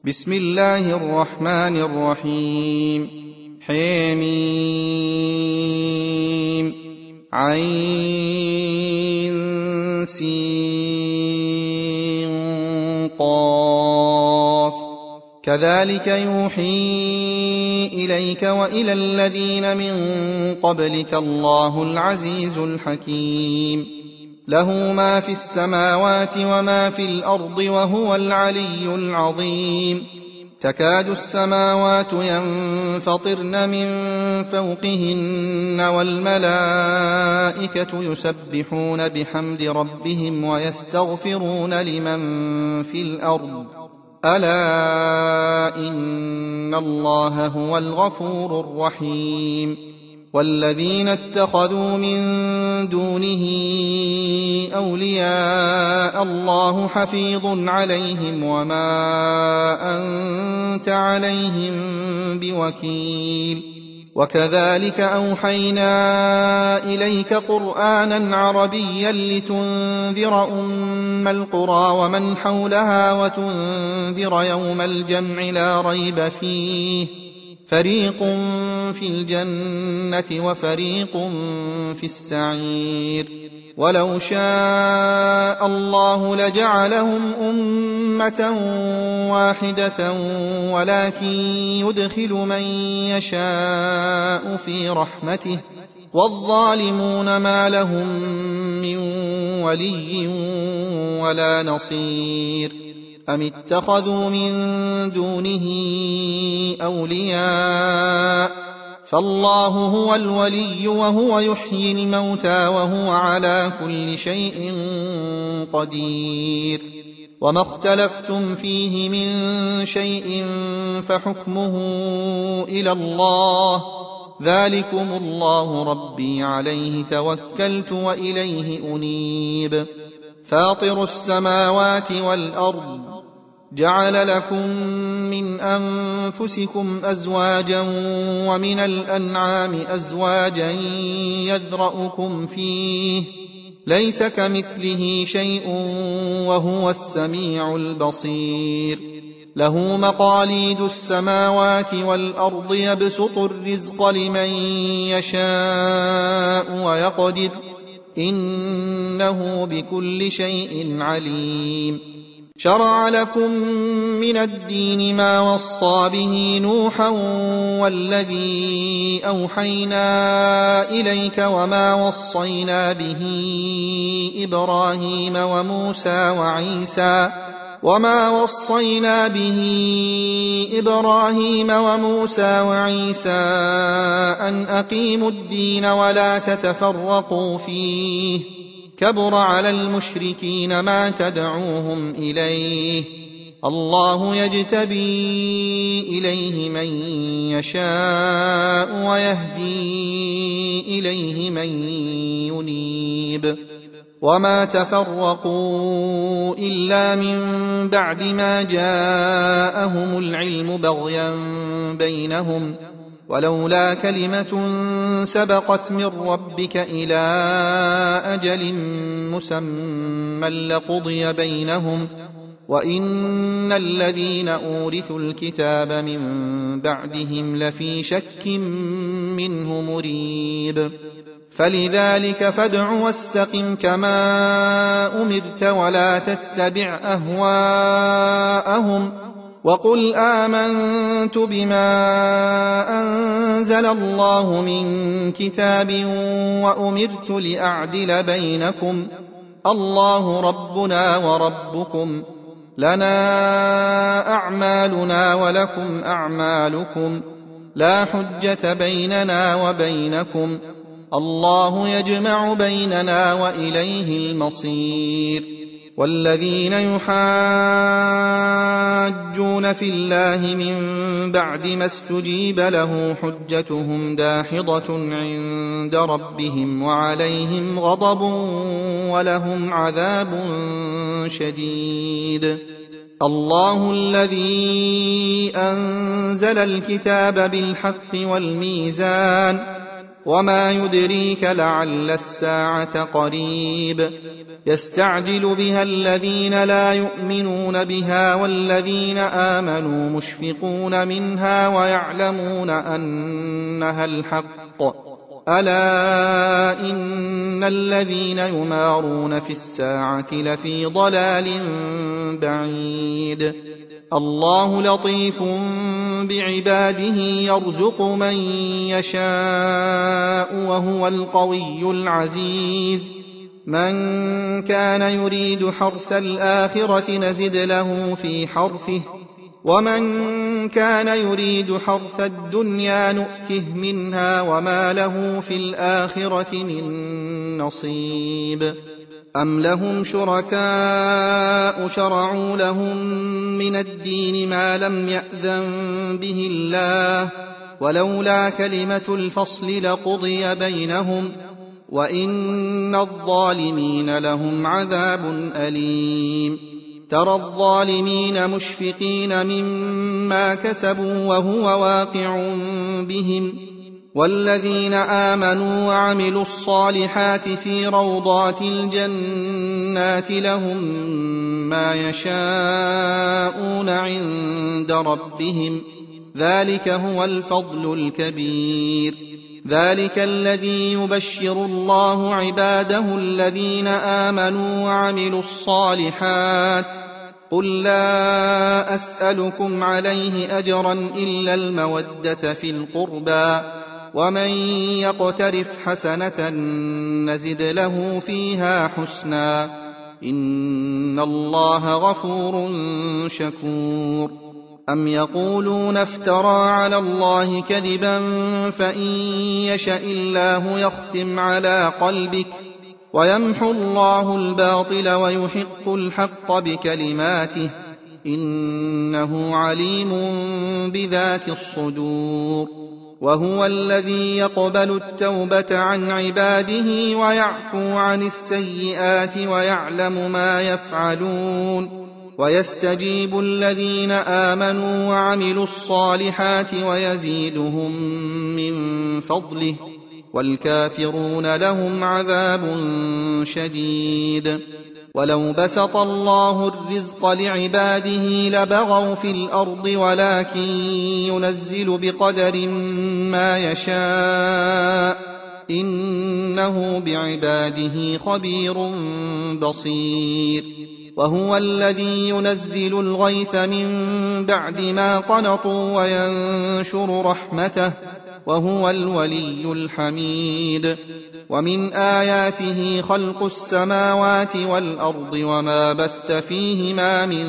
بسم الله الرحمن الرحيم. حميم عين سين قاف. كذلك يوحي إليك وإلى الذين من قبلك الله العزيز الحكيم. له ما في السماوات وما في الأرض وهو العلي العظيم. تكاد السماوات ينفطرن من فوقهن والملائكة يسبحون بحمد ربهم ويستغفرون لمن في الأرض ألا إن الله هو الغفور الرحيم. والذين اتخذوا من دونه أولياء الله حفيظ عليهم وما أنت عليهم بوكيل. وكذلك أوحينا إليك قرآنا عربيا لتنذر أم القرى ومن حولها وتنذر يوم الجمع لا ريب فيه فريق في الجنة وفريق في السعير. ولو شاء الله لجعلهم أمة واحدة ولكن يدخل من يشاء في رحمته والظالمون ما لهم من ولي ولا نصير. أم اتخذوا من دونه أولياء فالله هو الولي وهو يحيي الموتى وهو على كل شيء قدير. وما اختلفتم فيه من شيء فحكمه إلى الله ذلكم الله ربي عليه توكلت وإليه أنيب. فاطر السماوات والأرض جعل لكم من أنفسكم أزواجا ومن الأنعام أزواجا يذرأكم فيه ليس كمثله شيء وهو السميع البصير. له مقاليد السماوات والأرض يبسط الرزق لمن يشاء ويقدر إنه بكل شيء عليم. شرع لكم من الدين ما وصى به نوحا والذي أوحينا إليك وما وصينا به إبراهيم وموسى وعيسى أن أقيموا الدين ولا تتفرقوا فيه كبر على المشركين ما تدعوهم إليه الله يجتبي إليه من يشاء ويهدي إليه من ينيب. وما تفرقوا إلا من بعد ما جاءهم العلم بغيا بينهم ولولا كلمة سبقت من ربك إلى أجل مسمى لقضي بينهم وإن الذين أورثوا الكتاب من بعدهم لفي شك منه مريب. فلذلك فادع واستقم كما أمرت ولا تتبع أهواءهم وقل آمنت بما أنزل الله من كتاب وأمرت لأعدل بينكم الله ربنا وربكم لنا أعمالنا ولكم أعمالكم لا حجة بيننا وبينكم الله يجمع بيننا وإليه المصير. والذين يحاجون في الله من بعد ما استجيب له حجتهم داحضة عند ربهم وعليهم غضب ولهم عذاب شديد. الله الذي أنزل الكتاب بالحق والميزان وما يدريك لعل الساعة قريب يستعجل بها الذين لا يؤمنون بها والذين آمنوا مشفقون منها ويعلمون أنها الحق ألا إن الذين يمارون في الساعة لفي ضلال بعيد الله لطيف بعباده يرزق من يشاء وهو القوي العزيز من كان يريد حرث الآخرة نزد له في حرثه ومن كان يريد حرث الدنيا نؤته منها وما له في الآخرة من نصيب أم لهم شركاء شرعوا لهم من الدين ما لم يأذن به الله ولولا كلمة الفصل لقضي بينهم وإن الظالمين لهم عذاب أليم ترى الظالمين مشفقين مما كسبوا وهو واقع بهم والذين آمنوا وعملوا الصالحات في روضات الجنات لهم ما يشاءون عند ربهم ذلك هو الفضل الكبير ذلك الذي يبشر الله عباده الذين آمنوا وعملوا الصالحات قل لا أسألكم عليه أجرا إلا المودة في القربى ومن يقترف حسنة نزد له فيها حسنا إن الله غفور شكور أم يقولون افترى على الله كذبا فإن يشأ الله يختم على قلبك ويمحو الله الباطل ويحق الحق بكلماته إنه عليم بذات الصدور وهو الذي يقبل التوبة عن عباده ويعفو عن السيئات ويعلم ما يفعلون ويستجيب الذين آمنوا وعملوا الصالحات ويزيدهم من فضله والكافرون لهم عذاب شديد ولو بسط الله الرزق لعباده لبغوا في الأرض ولكن ينزل بقدر ما يشاء إنه بعباده خبير بصير وهو الذي ينزل الغيث من بعد ما قنطوا وينشر رحمته وهو الولي الحميد ومن آياته خلق السماوات والأرض وما بث فيهما من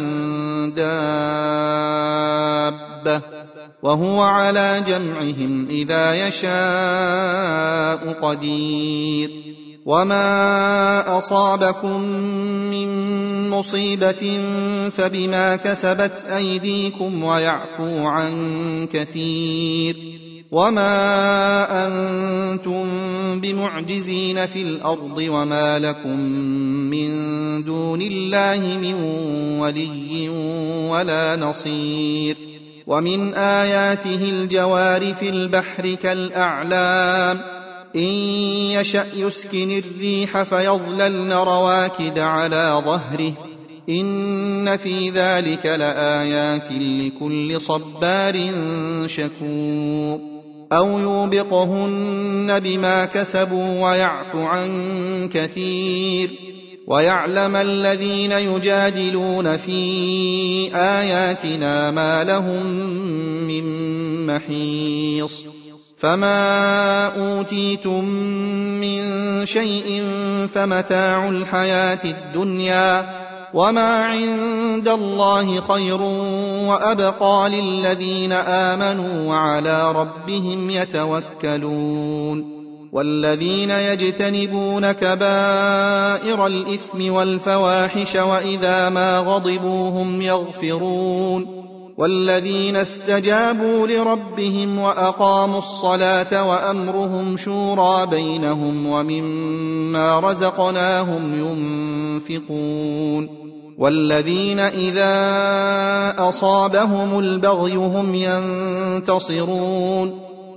دابة وهو على جمعهم إذا يشاء قدير وما أصابكم من مصيبة فبما كسبت أيديكم ويعفو عن كثير وما أنتم بمعجزين في الأرض وما لكم من دون الله من ولي ولا نصير ومن آياته الجوار في البحر كالأعلام إن يشأ يسكن الريح فيظللن رواكد على ظهره إن في ذلك لآيات لكل صبار شكور أو يوبقهن بما كسبوا ويعفو عن كثير ويعلم الذين يجادلون في آياتنا ما لهم من محيص فما أوتيتم من شيء فمتاع الحياة الدنيا وما عند الله خير وأبقى للذين آمنوا وعلى ربهم يتوكلون والذين يجتنبون كبائر الإثم والفواحش وإذا ما غضبوا هم يغفرون والذين استجابوا لربهم وأقاموا الصلاة وأمرهم شورى بينهم ومما رزقناهم ينفقون والذين إذا أصابهم البغي هم ينتصرون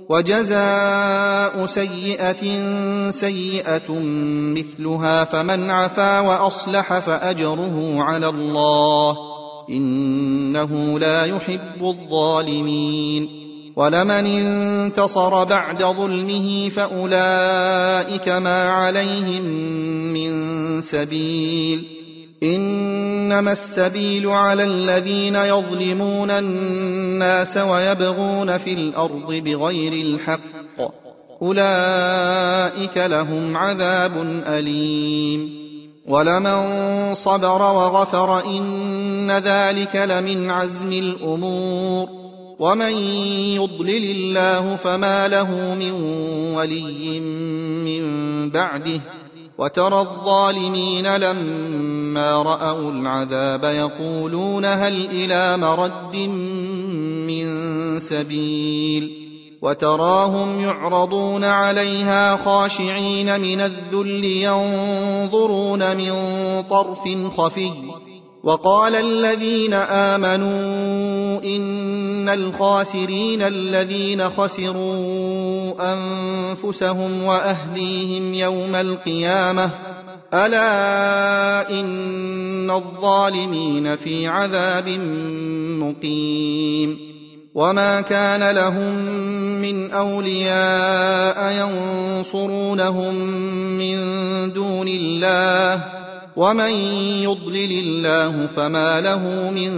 وجزاء سيئة سيئة مثلها فمن عفا وأصلح فأجره على الله إنه لا يحب الظالمين ولمن انتصر بعد ظلمه فأولئك ما عليهم من سبيل إنما السبيل على الذين يظلمون الناس ويبغون في الأرض بغير الحق أولئك لهم عذاب أليم ولمن صبر وغفر إن ذلك لمن عزم الأمور ومن يضلل الله فما له من ولي من بعده وترى الظالمين لما رأوا العذاب يقولون هل إلى مرد من سبيل وتراهم يعرضون عليها خاشعين من الذل ينظرون من طرف خفي وقال الذين آمنوا إن الخاسرين الذين خسروا أنفسهم وأهليهم يوم القيامة ألا إن الظالمين في عذاب مقيم وما كان لهم من أولياء ينصرونهم من دون الله ومن يضلل الله فما له من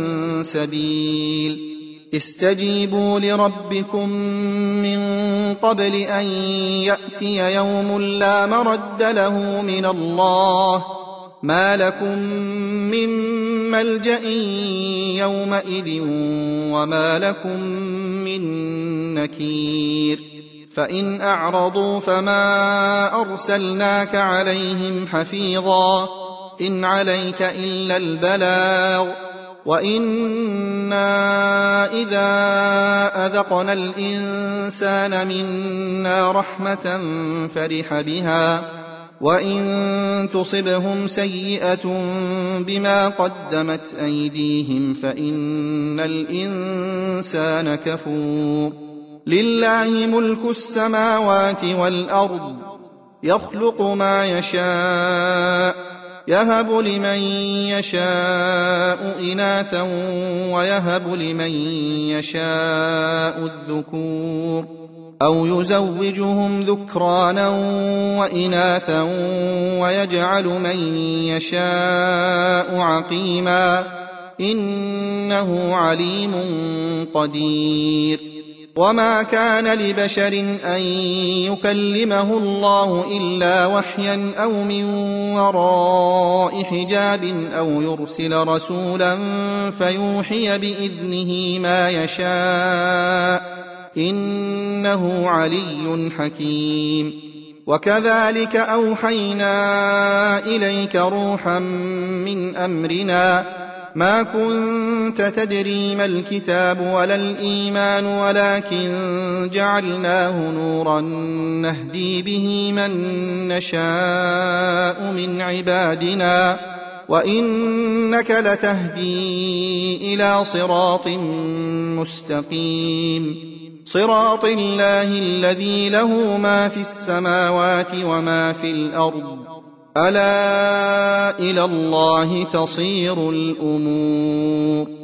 سبيل استجيبوا لربكم من قبل أن يأتي يوم لا مرد له من الله ما لكم من ملجأ يومئذ وما لكم من نكير فإن أعرضوا فما أرسلناك عليهم حفيظا إن عليك إلا البلاغ وإنا إذا أذقنا الإنسان منا رحمة فرح بها وإن تصبهم سيئة بما قدمت أيديهم فإن الإنسان كفور لله ملك السماوات والأرض يخلق ما يشاء يهب لمن يشاء إناثا ويهب لمن يشاء الذكور أو يزوجهم ذكرانا وإناثا ويجعل من يشاء عقيما إنه عليم قدير وما كان لبشر أن يكلمه الله إلا وحيا أو من وراء حجاب أو يرسل رسولا فيوحي بإذنه ما يشاء إنه علي حكيم وكذلك أوحينا إليك روحا من أمرنا ما كنت تدري ما الكتاب ولا الإيمان ولكن جعلناه نورا نهدي به من نشاء من عبادنا وإنك لتهدي إلى صراط مستقيم صراط الله الذي له ما في السماوات وما في الأرض ألا إلى الله تصير الأمور